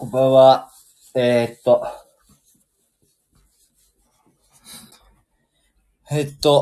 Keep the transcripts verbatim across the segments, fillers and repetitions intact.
んばんは。えー、っと、えーっと、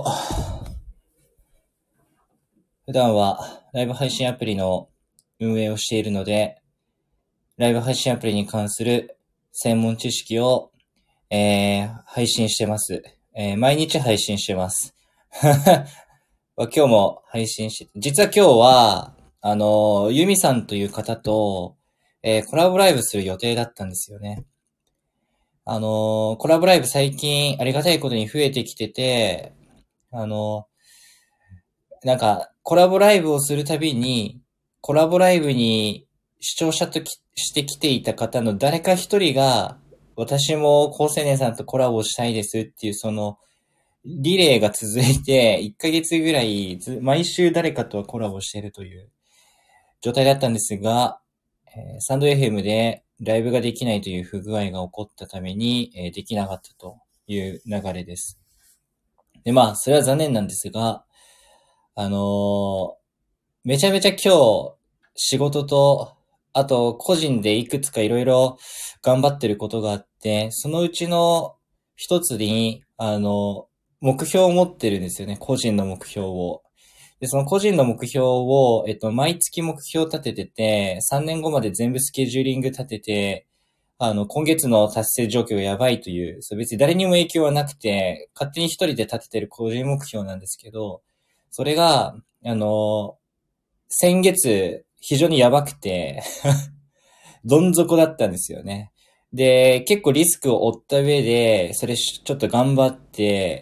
普段はライブ配信アプリの運営をしているので、ライブ配信アプリに関する専門知識を、えー、配信してます。えー、毎日配信してます。今日も配信して、実は今日は、あの、ユミさんという方と、えー、コラボライブする予定だったんですよね。あの、コラボライブ最近ありがたいことに増えてきてて、あの、なんか、コラボライブをするたびに、コラボライブに視聴者ときして来ていた方の誰か一人が、私も高青年さんとコラボしたいですっていう、その、リレーが続いて、いっかげつぐらいず、毎週誰かとはコラボしているという状態だったんですが、えー、サンド エフエム でライブができないという不具合が起こったために、えーできなかったという流れです。で、まあ、それは残念なんですが、あのーめちゃめちゃ今日、仕事と、あと個人でいくつかいろいろ頑張ってることがあって、そのうちの一つに、あの、目標を持ってるんですよね。個人の目標を。で、その個人の目標を、えっと、毎月目標を立ててて、さんねんごまで全部スケジューリング立てて、あの、今月の達成状況がやばいという、そう別に誰にも影響はなくて、勝手に一人で立ててる個人目標なんですけど、それが、あの、先月、非常にやばくてどん底だったんですよね。で、結構リスクを負った上で、それちょっと頑張って、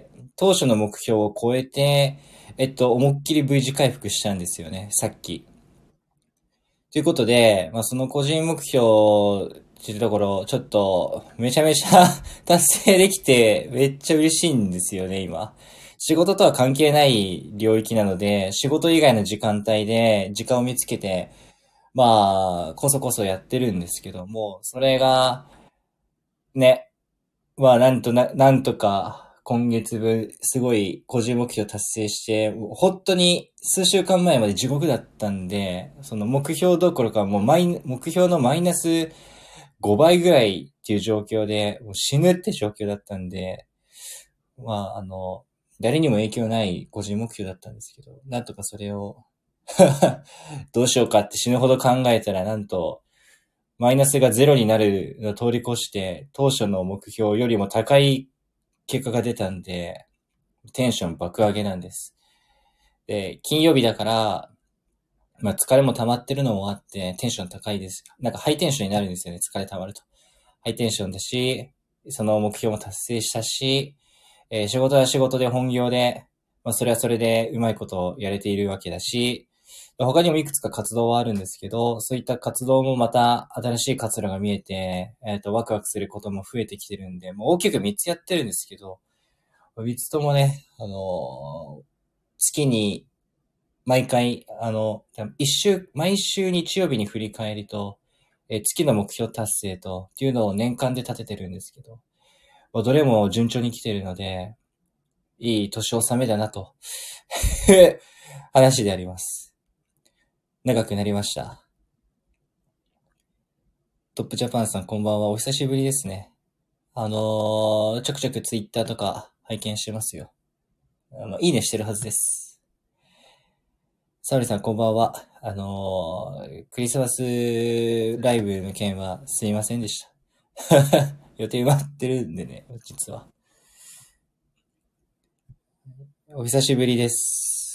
当初の目標を超えて、えっと、思いっきり V 字回復したんですよね、さっき。ということで、まあ、その個人目標っていうところ、ちょっと、めちゃめちゃ達成できて、めっちゃ嬉しいんですよね、今。仕事とは関係ない領域なので、仕事以外の時間帯で時間を見つけて、まあ、こそこそやってるんですけども、それが、ね、まあ、なんとな、なんとか、今月分、すごい個人目標達成して、もう本当に数週間前まで地獄だったんで、その目標どころかもうマイ、目標のマイナスごばいぐらいっていう状況で、もう死ぬって状況だったんで、まあ、あの、誰にも影響ない個人目標だったんですけど、なんとかそれをどうしようかって死ぬほど考えたら、なんと、マイナスがゼロになるのを通り越して、当初の目標よりも高い結果が出たんで、テンション爆上げなんです。で、金曜日だから、まあ疲れも溜まってるのもあって、テンション高いです。なんかハイテンションになるんですよね、疲れ溜まると。ハイテンションだし、その目標も達成したし、えー仕事は仕事で本業で、まあそれはそれでうまいことやれているわけだし、他にもいくつか活動はあるんですけど、そういった活動もまた新しい活路が見えて、えっと、ワクワクすることも増えてきてるんで、もう大きくみっつやってるんですけど、みっつともね、あのー月に毎回、あの、一週、毎週日曜日に振り返りと、えー月の目標達成と、っていうのを年間で立ててるんですけど、まあどれも順調に来てるので、いい年納めだなと、話であります。長くなりました。トップジャパンさんこんばんは。お久しぶりですね。あのー、ちょくちょくツイッターとか拝見してますよ。あの、いいねしてるはずです。サウリさんこんばんは。あのー、クリスマスライブの件はすいませんでした。予定埋まってるんでね、実は。お久しぶりです。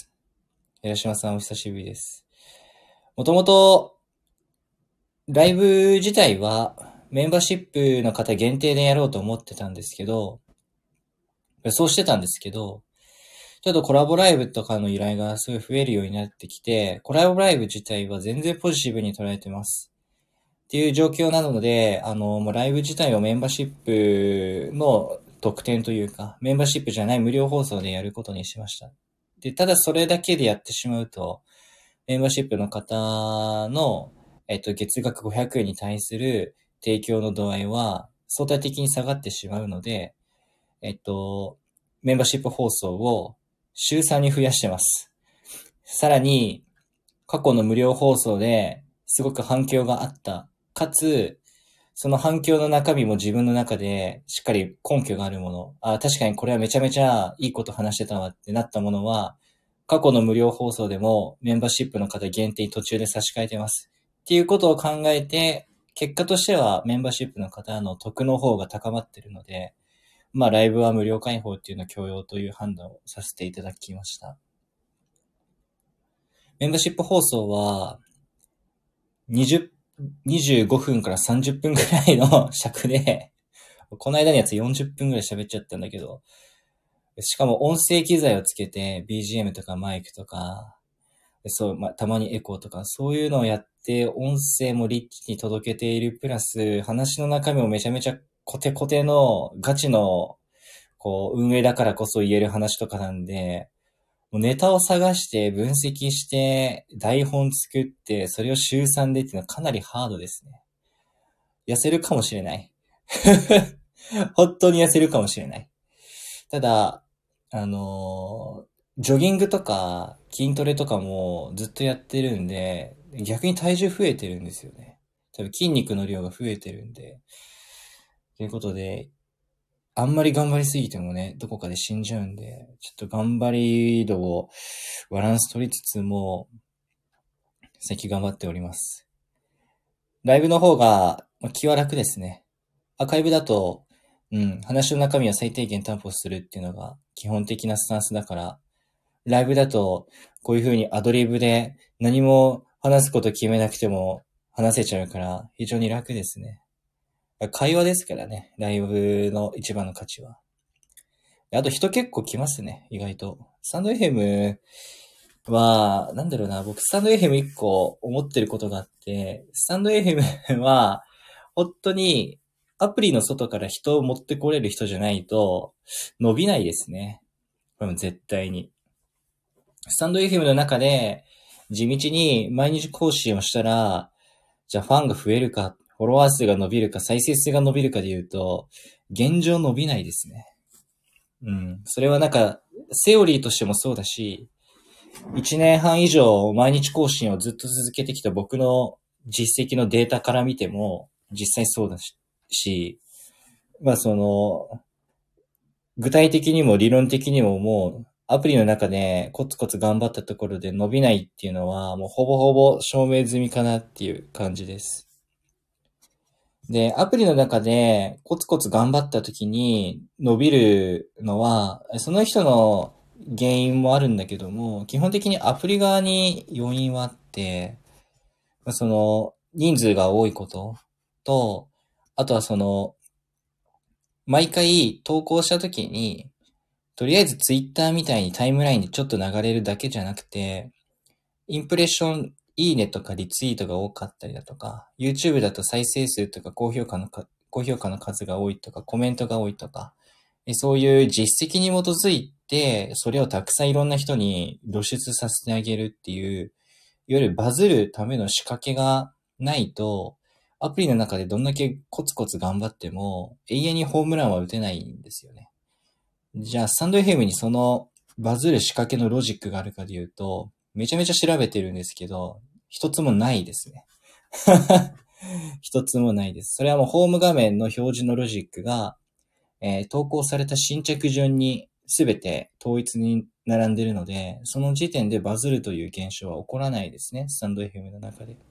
寺島さんお久しぶりです。もともと、ライブ自体はメンバーシップの方限定でやろうと思ってたんですけど、そうしてたんですけど、ちょっとコラボライブとかの依頼がすごい増えるようになってきて、コラボライブ自体は全然ポジティブに捉えてます。っていう状況なので、あの、もうライブ自体をメンバーシップの特典というか、メンバーシップじゃない無料放送でやることにしました。で、ただそれだけでやってしまうと、メンバーシップの方の、えっと、月額ごひゃくえんに対する提供の度合いは相対的に下がってしまうので、えっと、メンバーシップ放送を週さんに増やしてます。さらに、過去の無料放送ですごく反響があった。かつ、 その反響の中身も自分の中でしっかり根拠があるもの。あ、確かにこれはめちゃめちゃいいこと話してたわってなったものは、過去の無料放送でもメンバーシップの方限定に途中で差し替えてます。っていうことを考えて、結果としてはメンバーシップの方の得の方が高まっているので、まあライブは無料開放っていうのを許容という判断をさせていただきました。メンバーシップ放送は、にじゅう、にじゅうごふんからさんじゅっぷんくらいの尺で、この間のやつよんじゅっぷんくらい喋っちゃったんだけど、しかも音声機材をつけて ビージーエム とかマイクとか、そう、まあ、たまにエコーとか、そういうのをやって、音声もリッチに届けている、プラス、話の中身もめちゃめちゃコテコテの、ガチの、こう、運営だからこそ言える話とかなんで、もうネタを探して、分析して、台本作って、それを週さんでっていうのはかなりハードですね。痩せるかもしれない。本当に痩せるかもしれない。ただ、あのージョギングとか筋トレとかもずっとやってるんで、逆に体重増えてるんですよね。多分筋肉の量が増えてるんで。ということで、あんまり頑張りすぎてもね、どこかで死んじゃうんで、ちょっと頑張り度をバランス取りつつも、最近頑張っております。ライブの方が気は楽ですね。アーカイブだと、うん、話の中身は最低限担保するっていうのが基本的なスタンスだから、ライブだと、こういう風にアドリブで何も話すこと決めなくても話せちゃうから、非常に楽ですね。会話ですからね、ライブの一番の価値は。あと人結構来ますね、意外と。スタンド エフエム は、なんだろうな、僕スタンド エフエム一個思ってることがあって、スタンド エフエム は、本当にアプリの外から人を持ってこれる人じゃないと伸びないですね。これも絶対に。スタンド エフエム の中で地道に毎日更新をしたら、じゃあファンが増えるか、フォロワー数が伸びるか、再生数が伸びるかで言うと、現状伸びないですね。うん。それはなんか、セオリーとしてもそうだし、一年半以上毎日更新をずっと続けてきた僕の実績のデータから見ても、実際そうだし、まあその、具体的にも理論的にももう、アプリの中でコツコツ頑張ったところで伸びないっていうのは、もうほぼほぼ証明済みかなっていう感じです。で、アプリの中でコツコツ頑張った時に伸びるのは、その人の原因もあるんだけども、基本的にアプリ側に要因はあって、その人数が多いことと、あとはその、毎回投稿した時に、とりあえずツイッターみたいにタイムラインでちょっと流れるだけじゃなくて、インプレッション、いいねとかリツイートが多かったりだとか、YouTube だと再生数とか高評価のか、高評価の数が多いとか、コメントが多いとか、そういう実績に基づいて、それをたくさんいろんな人に露出させてあげるっていう、いわゆるバズるための仕掛けがないと、アプリの中でどんだけコツコツ頑張っても、永遠にホームランは打てないんですよね。じゃあ、スタンド エフエム にそのバズる仕掛けのロジックがあるかで言うと、めちゃめちゃ調べてるんですけど、一つもないですね。一つもないです。それはもうホーム画面の表示のロジックが、えー投稿された新着順にすべて統一に並んでいるので、その時点でバズるという現象は起こらないですね。スタンド エフエム の中で。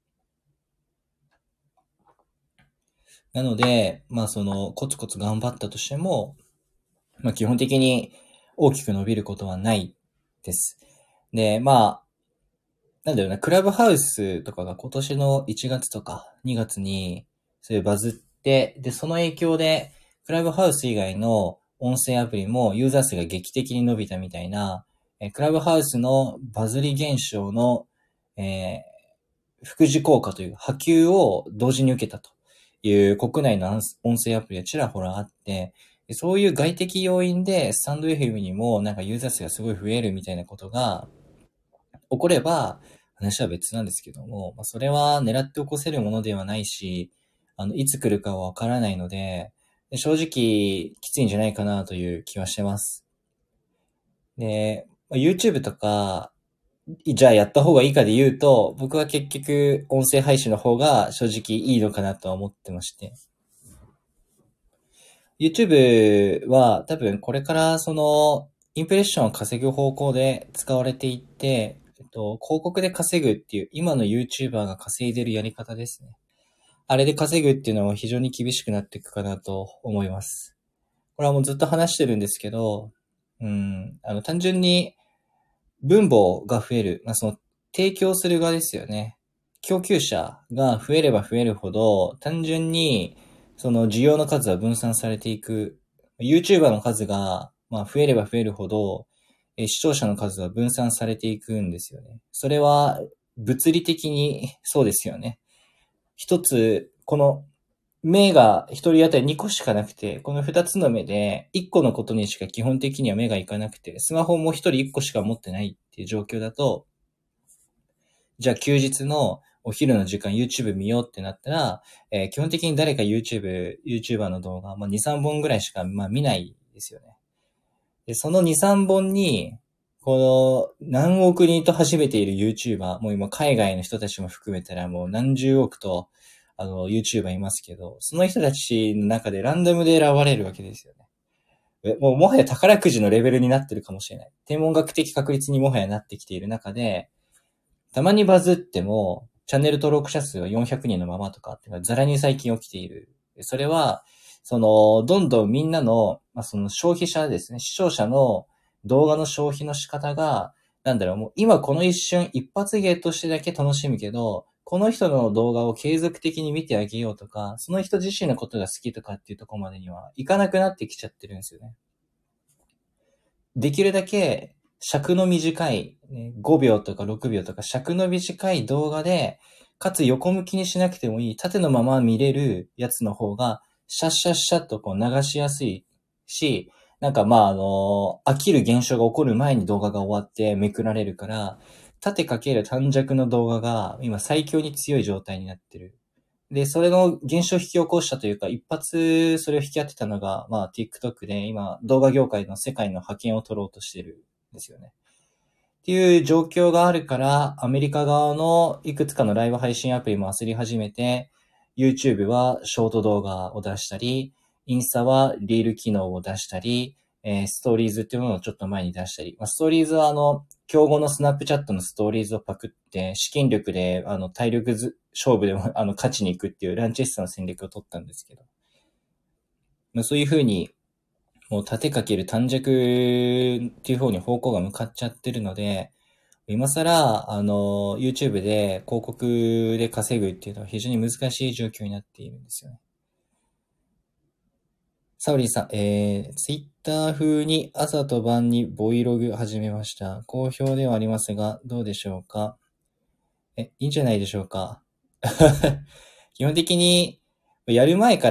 なので、まあそのコツコツ頑張ったとしても、まあ基本的に大きく伸びることはないです。で、まあ、なんだろうな、クラブハウスとかが今年のいちがつとかにがつに、そういうバズって、で、その影響で、クラブハウス以外の音声アプリもユーザー数が劇的に伸びたみたいな、えクラブハウスのバズり現象の、えー副次効果という波及を同時に受けたという国内の音声アプリがちらほらあって、そういう外的要因でスタンド エフエム にもなんかユーザー数がすごい増えるみたいなことが起これば話は別なんですけども、まあ、それは狙って起こせるものではないし、あの、いつ来るかはわからないので、正直きついんじゃないかなという気はしてます。で、YouTube とかじゃあやった方がいいかで言うと、僕は結局音声配信の方が正直いいのかなとは思ってまして。YouTube は多分これからそのインプレッションを稼ぐ方向で使われていって、えっと、広告で稼ぐっていう今の YouTuber が稼いでるやり方ですね。あれで稼ぐっていうのは非常に厳しくなっていくかなと思います。これはもうずっと話してるんですけど、うん、あの単純に分母が増える、まあ、その提供する側ですよね。供給者が増えれば増えるほど、単純にその需要の数は分散されていく。YouTuber の数が、まあ、増えれば増えるほど、え視聴者の数は分散されていくんですよね。それは物理的にそうですよね。一つ、この目が一人当たりにこしかなくて、この二つの目で一個のことにしか基本的には目がいかなくて、スマホも一人一個しか持ってないっていう状況だと、じゃあ休日のお昼の時間 YouTube 見ようってなったら、えー基本的に誰か YouTube、YouTuber の動画、まあ、に、さんぼんぐらいしか、まあ、見ないですよね。で、そのに、さんぼんに、この何億人と始めている YouTuber、もう今海外の人たちも含めたらもう何十億と、あの、YouTuber いますけど、その人たちの中でランダムで選ばれるわけですよね。えもうもはや宝くじのレベルになってるかもしれない。天文学的確率にもはやなってきている中で、たまにバズっても、チャンネル登録者数はよんひゃくにんのままとかっていうのがザラに最近起きている。それは、その、どんどんみんなの、まあ、その消費者ですね、視聴者の動画の消費の仕方が、なんだろう、もう今この一瞬一発芸としてだけ楽しむけど、この人の動画を継続的に見てあげようとか、その人自身のことが好きとかっていうところまでにはいかなくなってきちゃってるんですよね。できるだけ尺の短い、ね、ごびょうとかろくびょうとか尺の短い動画で、かつ横向きにしなくてもいい、縦のまま見れるやつの方が、シャッシャッシャッとこう流しやすいし、なんかまああの、飽きる現象が起こる前に動画が終わってめくられるから、縦かける短尺の動画が今最強に強い状態になってる。で、それの現象を引き起こしたというか、一発それを引き当てたのが、まあ TikTok で今動画業界の世界の覇権を取ろうとしてるんですよね。っていう状況があるから、アメリカ側のいくつかのライブ配信アプリも焦り始めて、YouTube はショート動画を出したり、インスタはリール機能を出したり、えーストーリーズっていうものをちょっと前に出したり、まあ、ストーリーズはあの、競合のスナップチャットのストーリーズをパクって、資金力で、あの、体力ず勝負でも、あの、勝ちに行くっていうランチェスターの戦略を取ったんですけど、まあ、そういうふうに、もう縦かける短尺っていう方に方向が向かっちゃってるので、今更、あの、YouTube で広告で稼ぐっていうのは非常に難しい状況になっているんですよね。サウリーさん、えー、Twitter 風に朝と晩にボイログ始めました。好評ではありますが、どうでしょうか？え、いいんじゃないでしょうか？基本的に、やる前から、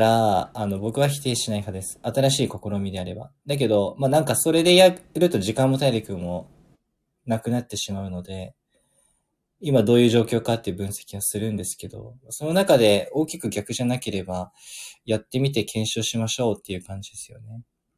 あの、僕は否定しない派です。新しい試みであれば。だけど、まあ、なんかそれでやると時間も体力もなくなってしまうので、今どういう状況かっていう分析はするんですけど、その中で大きく逆じゃなければ、やってみて検証しましょうっていう感じですよね。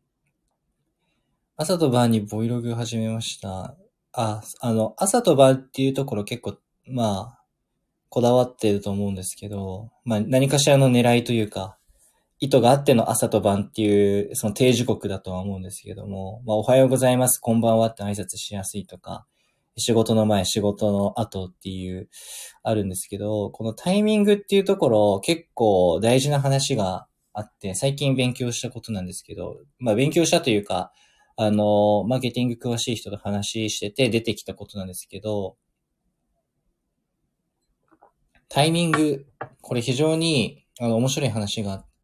朝と晩にボイログ始めました。あ、あの、朝と晩っていうところ結構、まあ、こだわってると思うんですけど、まあ、何かしらの狙いというか、意図があっての朝と晩っていう、その定時刻だとは思うんですけども、まあ、おはようございます、こんばんはって挨拶しやすいとか、仕事の前、仕事の後っていう、あるんですけど、このタイミングっていうところ、結構大事な話があって、最近勉強したことなんですけど、まあ勉強したというか、あの、マーケティング詳しい人と話してて出てきたことなんですけど、タイミング、これ非常にあの面白い話があって、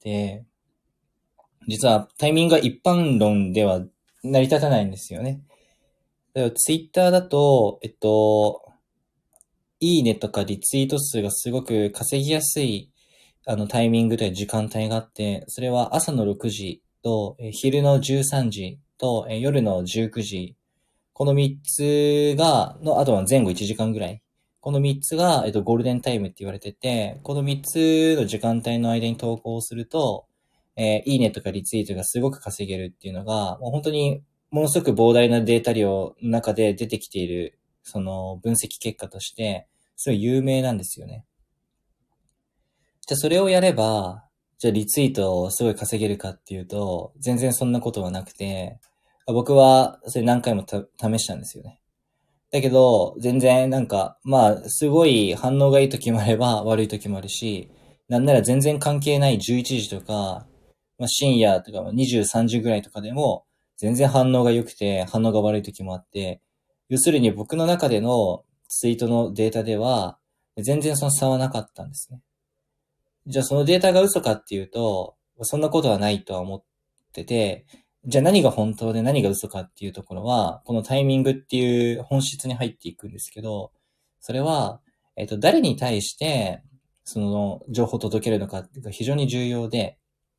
実はタイミングが一般論では成り立たないんですよね。だからツイッターだと、えっと、いいねとかリツイート数がすごく稼ぎやすいあのタイミングという時間帯があって、それは朝のろくじと、えー昼のじゅうさんじと、えー夜のじゅうくじ。このみっつが、の、あとは前後いちじかんぐらい。このみっつが、えっと、ゴールデンタイムって言われてて、このみっつの時間帯の間に投稿すると、えーいいねとかリツイートがすごく稼げるっていうのが、もう本当にものすごく膨大なデータ量の中で出てきているその分析結果として、すごい有名なんですよね。じゃあそれをやれば、じゃあリツイートをすごい稼げるかっていうと、全然そんなことはなくて、僕はそれ何回もた試したんですよね。だけど、全然なんか、まあ、すごい反応がいい時もあれば悪い時もあるし、なんなら全然関係ないじゅういちじとか、まあ、深夜とかにじゅうさんじぐらいとかでも、全然反応が良くて、反応が悪い時もあって、要するに僕の中でのツイートのデータでは、全然その差はなかったんですね。じゃあそのデータが嘘かっていうと、そんなことはないとは思ってて、じゃあ何が本当で何が嘘かっていうところは、このタイミングっていう本質に入っていくんですけど、それは、えっと、誰に対して、その情報を届けるのかっていうか非常に重要で、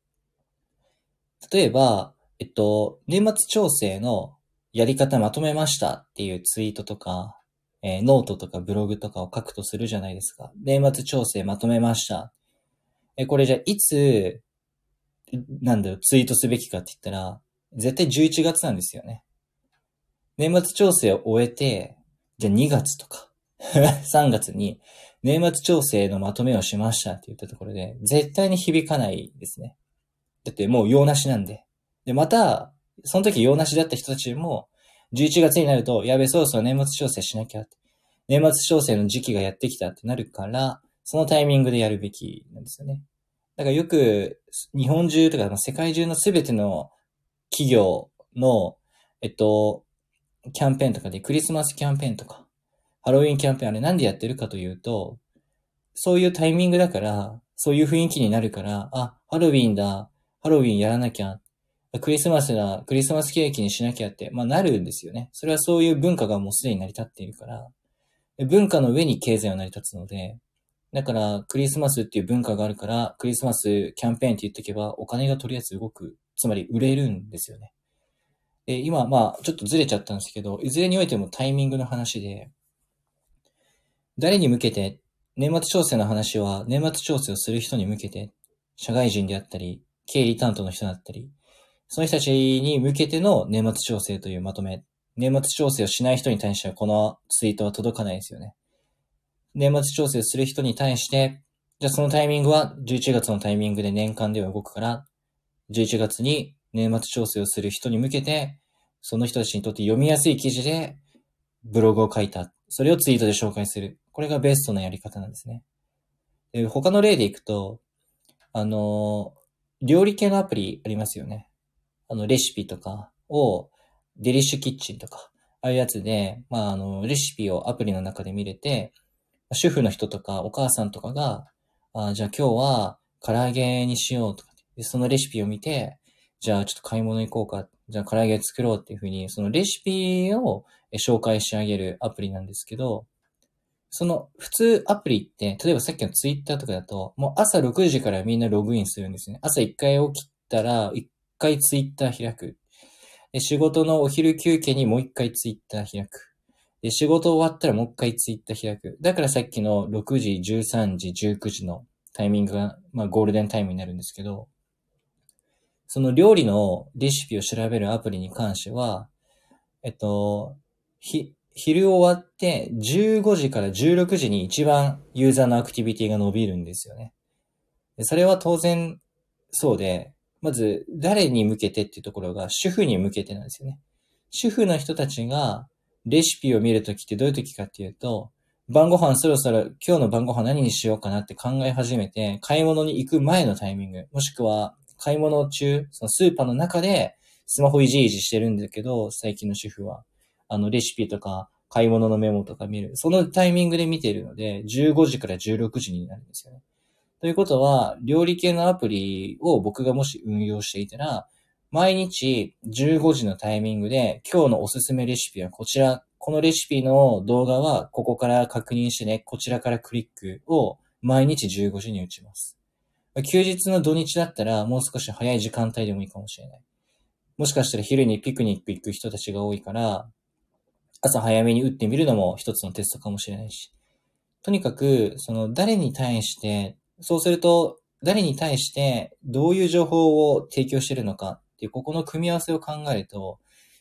例えば、えっと、年末調整のやり方まとめましたっていうツイートとか、えーノートとかブログとかを書くとするじゃないですか。年末調整まとめました。え、これじゃあいつ、なんだよ、ツイートすべきかって言ったら、絶対じゅういちがつなんですよね。年末調整を終えて、じゃあにがつとかさんがつに年末調整のまとめをしましたって言ったところで、絶対に響かないですね。だってもう用なしなんで。で、また、その時用なしだった人たちも、じゅういちがつになると、やべ、そろそろ年末調整しなきゃって。年末調整の時期がやってきたってなるから、そのタイミングでやるべきなんですよね。だからよく、日本中とか世界中のすべての企業の、えっと、キャンペーンとかでクリスマスキャンペーンとか、ハロウィンキャンペーンあれなんでやってるかというと、そういうタイミングだから、そういう雰囲気になるから、あ、ハロウィンだ、ハロウィンやらなきゃ、クリスマスだ、クリスマスケーキにしなきゃって、まあなるんですよね。それはそういう文化がもうすでに成り立っているから、文化の上に経済は成り立つので、だから、クリスマスっていう文化があるから、クリスマスキャンペーンって言っておけば、お金がとりあえず動く。つまり、売れるんですよね。で、今、まあ、ちょっとずれちゃったんですけど、いずれにおいてもタイミングの話で、誰に向けて、年末調整の話は、年末調整をする人に向けて、社会人であったり、経理担当の人だったり、その人たちに向けての年末調整というまとめ。年末調整をしない人に対しては、このツイートは届かないですよね。年末調整する人に対して、じゃあそのタイミングはじゅういちがつのタイミングで年間では動くから、じゅういちがつに年末調整をする人に向けて、その人たちにとって読みやすい記事でブログを書いた。それをツイートで紹介する。これがベストなやり方なんですね。で他の例でいくと、あの、料理系のアプリありますよね。あの、レシピとかを、デリッシュキッチンとか、ああいうやつで、まあ、あの、レシピをアプリの中で見れて、主婦の人とかお母さんとかが、あじゃあ今日は唐揚げにしようとかで、そのレシピを見て、じゃあちょっと買い物行こうか、じゃあ唐揚げ作ろうっていうふうに、そのレシピを紹介してあげるアプリなんですけど、その普通アプリって、例えばさっきのツイッターとかだと、もう朝ろくじからみんなログインするんですね。朝一回起きたら、一回ツイッター開く。で仕事のお昼休憩にもう一回ツイッター開く。で、仕事終わったらもう一回ツイッター開く。だからさっきのろくじ、じゅうさんじ、じゅうくじのタイミングが、まあゴールデンタイムになるんですけど、その料理のレシピを調べるアプリに関しては、えっと、ひ、昼終わってじゅうごじからじゅうろくじに一番ユーザーのアクティビティが伸びるんですよね。でそれは当然そうで、まず誰に向けてっていうところが主婦に向けてなんですよね。主婦の人たちがレシピを見るときってどういうときかっていうと、晩ご飯そろそろ今日の晩ご飯何にしようかなって考え始めて、買い物に行く前のタイミング、もしくは買い物中、そのスーパーの中でスマホいじいじしてるんだけど、最近の主婦は、あのレシピとか買い物のメモとか見る。そのタイミングで見ているので、じゅうごじからじゅうろくじになるんですよね。ということは、料理系のアプリを僕がもし運用していたら、毎日じゅうごじのタイミングで今日のおすすめレシピはこちら、このレシピの動画はここから確認してね、こちらからクリックを毎日じゅうごじに打ちます。休日の土日だったらもう少し早い時間帯でもいいかもしれない。もしかしたら昼にピクニック行く人たちが多いから、朝早めに打ってみるのも一つのテストかもしれないし。とにかく、その誰に対して、そうすると、誰に対してどういう情報を提供しているのかっていう、ここの組み合わせを考えると、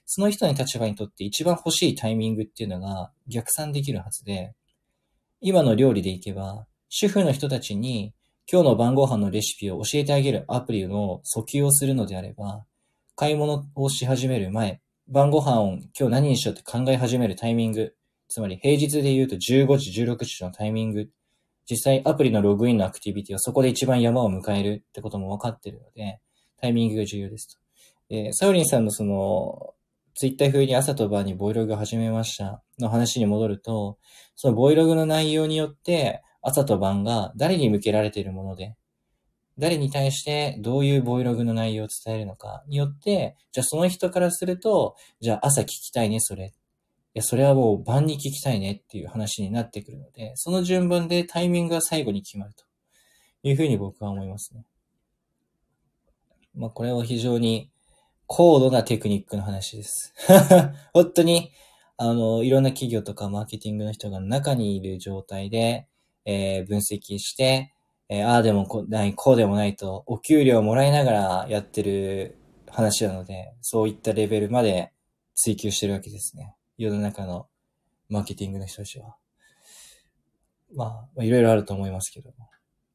その人の立場にとって一番欲しいタイミングっていうのが逆算できるはずで、今の料理でいけば、主婦の人たちに今日の晩ご飯のレシピを教えてあげるアプリの訴求をするのであれば、買い物をし始める前、晩ご飯を今日何にしようって考え始めるタイミング、つまり平日で言うとじゅうごじ、じゅうろくじのタイミング、実際アプリのログインのアクティビティはそこで一番山を迎えるってことも分かっているので、タイミングが重要ですと。えー、サウリンさんのその、ツイッター風に朝と晩にボイログ始めましたの話に戻ると、そのボイログの内容によって朝と晩が誰に向けられているもので、誰に対してどういうボイログの内容を伝えるのかによって、じゃあその人からすると、じゃあ朝聞きたいね、それ。いや、それはもう晩に聞きたいねっていう話になってくるので、その順番でタイミングが最後に決まるというふうに僕は思いますね。まあこれは非常に高度なテクニックの話です。本当に、あの、いろんな企業とかマーケティングの人が中にいる状態で、えー、分析して、えー、ああでもこうない、こうでもないと、お給料をもらいながらやってる話なので、そういったレベルまで追求してるわけですね。世の中のマーケティングの人たちは。まあ、いろいろあると思いますけど。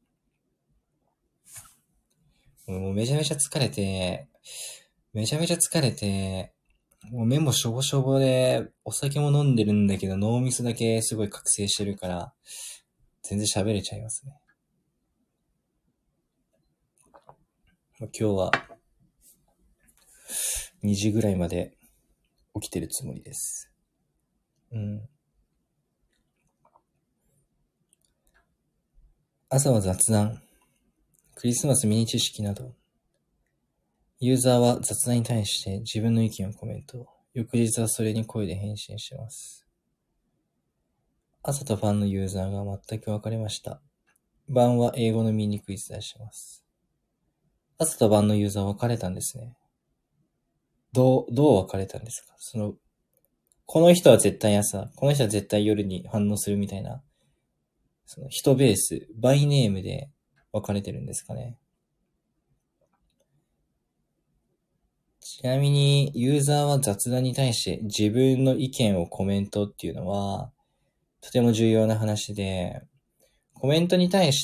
もうめちゃめちゃ疲れて、めちゃめちゃ疲れて、もう目もしょぼしょぼで、お酒も飲んでるんだけど、脳みそだけすごい覚醒してるから、全然喋れちゃいますね。今日は、にじぐらいまで起きてるつもりです。うん。朝は雑談、クリスマスミニ知識など、ユーザーは雑談に対して自分の意見をコメント、翌日はそれに声で返信します。朝と晩のユーザーが全く分かれました。晩は英語のミニクイズ出します。朝と晩のユーザー分かれたんですね。どう、どう分かれたんですか？その、この人は絶対朝、この人は絶対夜に反応するみたいな、その人ベース、バイネームで分かれてるんですかね。ちなみに、ユーザーは雑談に対して自分の意見をコメントっていうのは、とても重要な話で、コメントに対して、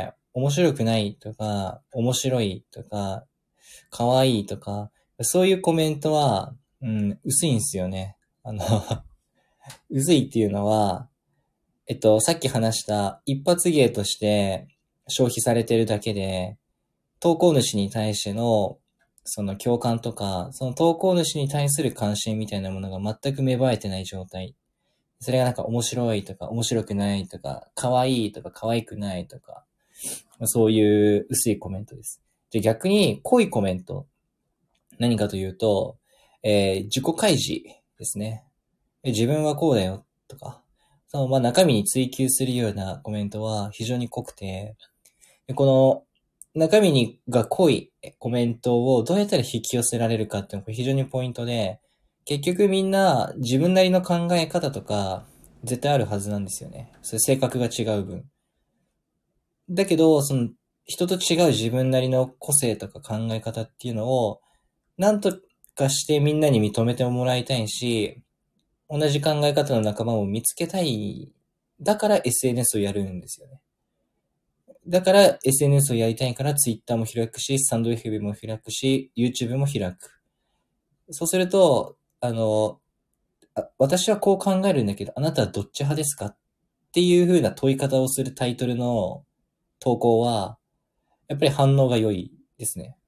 面白くないとか、面白いとか、可愛いとか、そういうコメントは、うん、薄いんですよね。あの、薄いっていうのは、えっと、さっき話した一発芸として消費されてるだけで、投稿主に対しての、その共感とか、その投稿主に対する関心みたいなものが全く芽生えてない状態。それがなんか面白いとか、面白くないとか、可愛いとか、可愛くないとか、そういう薄いコメントです。で、逆に濃いコメント。何かというと、えー、自己開示ですね。自分はこうだよとか、そのまあ中身に追求するようなコメントは非常に濃くて、でこの中身にが濃いコメントをどうやったら引き寄せられるかっていうのが非常にポイントで、結局みんな自分なりの考え方とか絶対あるはずなんですよね。それ性格が違う分。だけど、その人と違う自分なりの個性とか考え方っていうのをなんとかしてみんなに認めてもらいたいし、同じ考え方の仲間を見つけたい。だから エスエヌエス をやるんですよね。だから エスエヌエス をやりたいから Twitter も開くし、スタンド エフエム も開くし、YouTube も開く。そうすると、あの、あ私はこう考えるんだけど、あなたはどっち派ですかっていう風な問い方をするタイトルの投稿は、やっぱり反応が良いですね。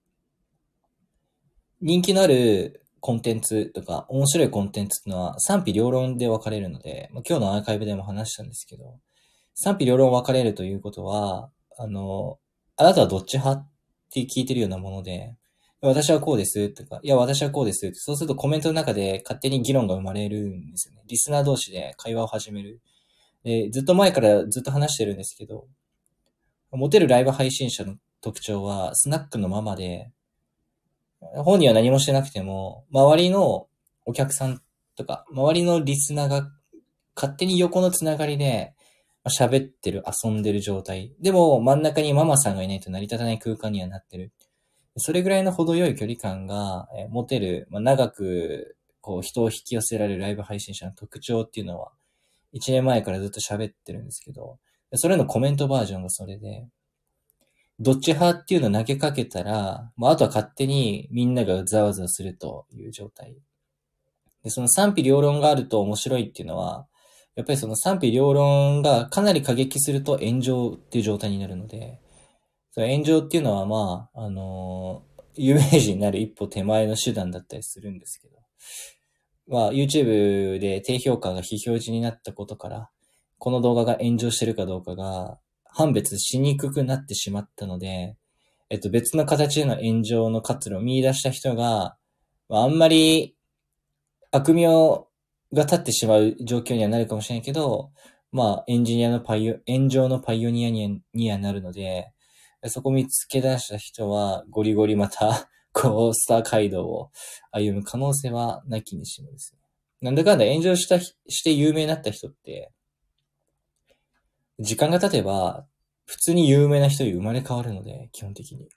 人気のあるコンテンツとか、面白いコンテンツっていうのは賛否両論で分かれるので、まあ、今日のアーカイブでも話したんですけど、賛否両論分かれるということは、あの、あなたはどっち派って聞いてるようなもので、私はこうですとか、いや私はこうですって、そうするとコメントの中で勝手に議論が生まれるんですよね。リスナー同士で会話を始める。で、ずっと前からずっと話してるんですけど、モテるライブ配信者の特徴は、スナックのママで、本人は何もしてなくても、周りのお客さんとか、周りのリスナーが勝手に横のつながりで喋ってる、遊んでる状態。でも真ん中にママさんがいないと成り立たない空間にはなってる。それぐらいの程よい距離感が、えー持てる、まあ、長くこう人を引き寄せられるライブ配信者の特徴っていうのは、いちねんまえからずっと喋ってるんですけど、それのコメントバージョンがそれで、どっち派っていうのを投げかけたら、まあ、あとは勝手にみんながざわざわするという状態。で、その賛否両論があると面白いっていうのは、やっぱりその賛否両論がかなり過激すると炎上っていう状態になるので、その炎上っていうのはまあ、あのー有名人になる一歩手前の手段だったりするんですけど、まあ、YouTube で低評価が非表示になったことから、この動画が炎上してるかどうかが判別しにくくなってしまったので、えっと別の形での炎上の活路を見出した人が、まあ、あんまり悪名が立ってしまう状況にはなるかもしれないけど、まあエンジニアのパイオ、炎上のパイオニアににはなるので、そこ見つけ出した人はゴリゴリまた、こう、スター街道を歩む可能性はなきにしもですね。なんだかんだ炎上したひ、して有名になった人って、時間が経てば、普通に有名な人に生まれ変わるので、基本的に。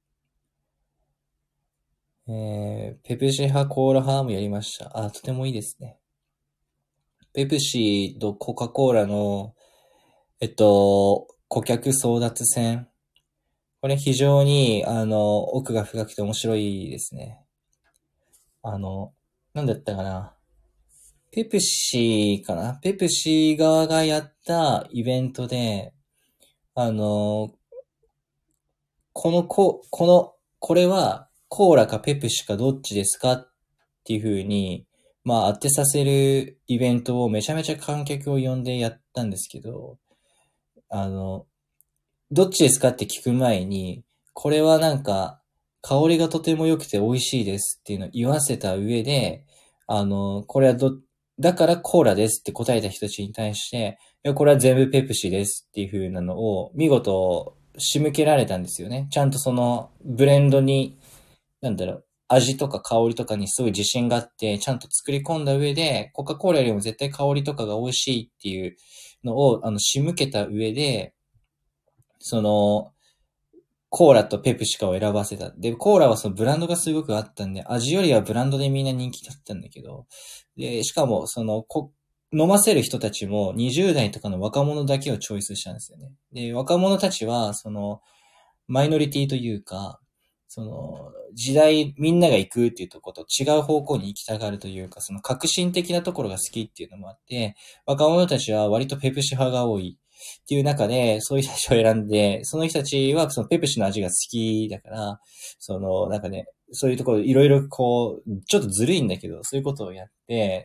えー、ペプシ派、コーラ派もやりました。あ、とてもいいですね。ペプシとコカ・コーラの、えっと、顧客争奪戦。これ非常に、あの、奥が深くて面白いですね。あの、なんだったかな。ペプシかなペプシ側がやったイベントで、あの、このこ、この、これはコーラかペプシかどっちですかっていう風に、まあ当てさせるイベントをめちゃめちゃ観客を呼んでやったんですけど、あの、どっちですかって聞く前に、これはなんか香りがとても良くて美味しいですっていうのを言わせた上で、あの、これはど、だからコーラですって答えた人たちに対して、いや、これは全部ペプシですっていう風なのを見事仕向けられたんですよね。ちゃんとそのブレンドに、なんだろう、味とか香りとかにすごい自信があって、ちゃんと作り込んだ上で、コカ・コーラよりも絶対香りとかが美味しいっていうのを、あの、仕向けた上で、その、コーラとペプシカを選ばせた。で、コーラはそのブランドがすごくあったんで、味よりはブランドでみんな人気だったんだけど、で、しかも、その、こ、飲ませる人たちもにじゅう代とかの若者だけをチョイスしたんですよね。で、若者たちは、その、マイノリティというか、その、時代、みんなが行くっていうところと違う方向に行きたがるというか、その革新的なところが好きっていうのもあって、若者たちは割とペプシ派が多いっていう中で、そういう人たちを選んで、その人たちはそのペプシの味が好きだから、その、なんかね、そういうところいろいろこう、ちょっとずるいんだけど、そういうことをやって、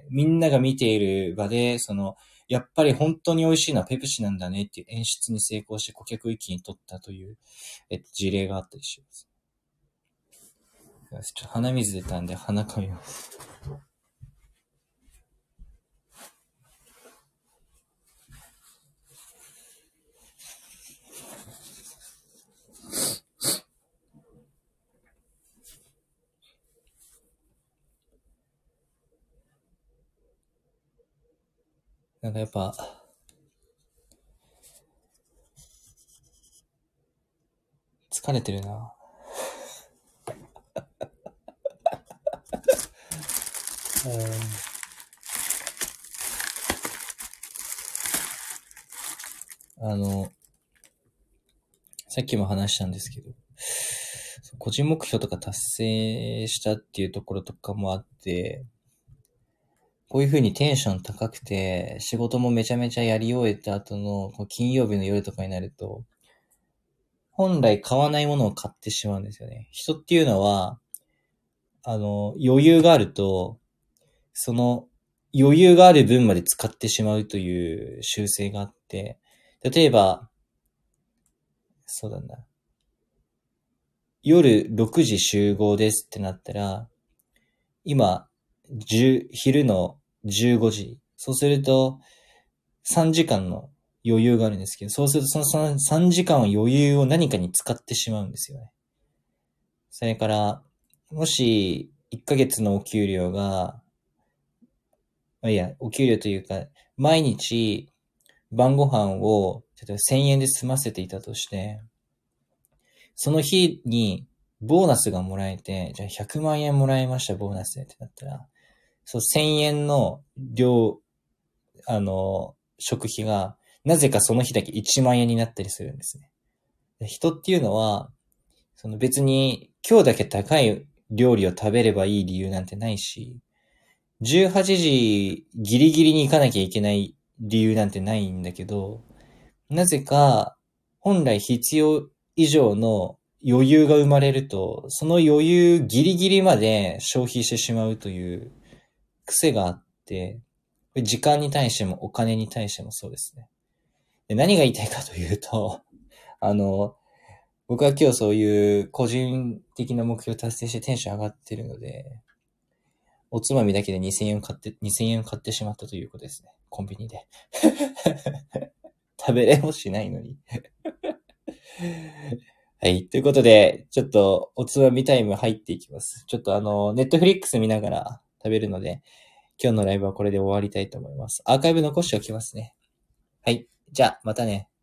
みんなが見ている場で、その、やっぱり本当に美味しいのはペプシなんだねっていう演出に成功して顧客を一気に取ったという、えっと、事例があったりします。よし、ちょっと鼻水出たんで鼻かみます。なんかやっぱ、疲れてるな。あの、さっきも話したんですけど、個人目標とか達成したっていうところとかもあって、こういう風にテンション高くて、仕事もめちゃめちゃやり終えた後の金曜日の夜とかになると、本来買わないものを買ってしまうんですよね。人っていうのは、あの、余裕があると、その余裕がある分まで使ってしまうという習性があって、例えば、そうだな。夜ろくじ集合ですってなったら、今、昼のじゅうごじ。そうすると、さんじかんの余裕があるんですけど、そうするとそのさんじかんの余裕を何かに使ってしまうんですよね。それから、もし、いっかげつのお給料が、まあ、いや、お給料というか、毎日晩ご飯を、例えばせんえんで済ませていたとして、その日にボーナスがもらえて、じゃあひゃくまん円もらいました、ボーナスでってなったら、 そう、せんえんの量、あの、食費が、なぜかその日だけいちまんえんになったりするんですね。人っていうのは、その別に今日だけ高い料理を食べればいい理由なんてないし、じゅうはちじギリギリに行かなきゃいけない理由なんてないんだけど、なぜか本来必要以上の余裕が生まれると、その余裕ギリギリまで消費してしまうという癖があって、時間に対してもお金に対してもそうですね。で、何が言いたいかというと、あの、僕は今日そういう個人的な目標を達成してテンション上がってるので、おつまみだけでにせんえん買って、にせんえん買ってしまったということですね。コンビニで。食べれもしないのに。はい。ということで、ちょっとおつまみタイム入っていきます。ちょっとあの、ネットフリックス見ながら食べるので、今日のライブはこれで終わりたいと思います。アーカイブ残しておきますね。はい。じゃあ、またね。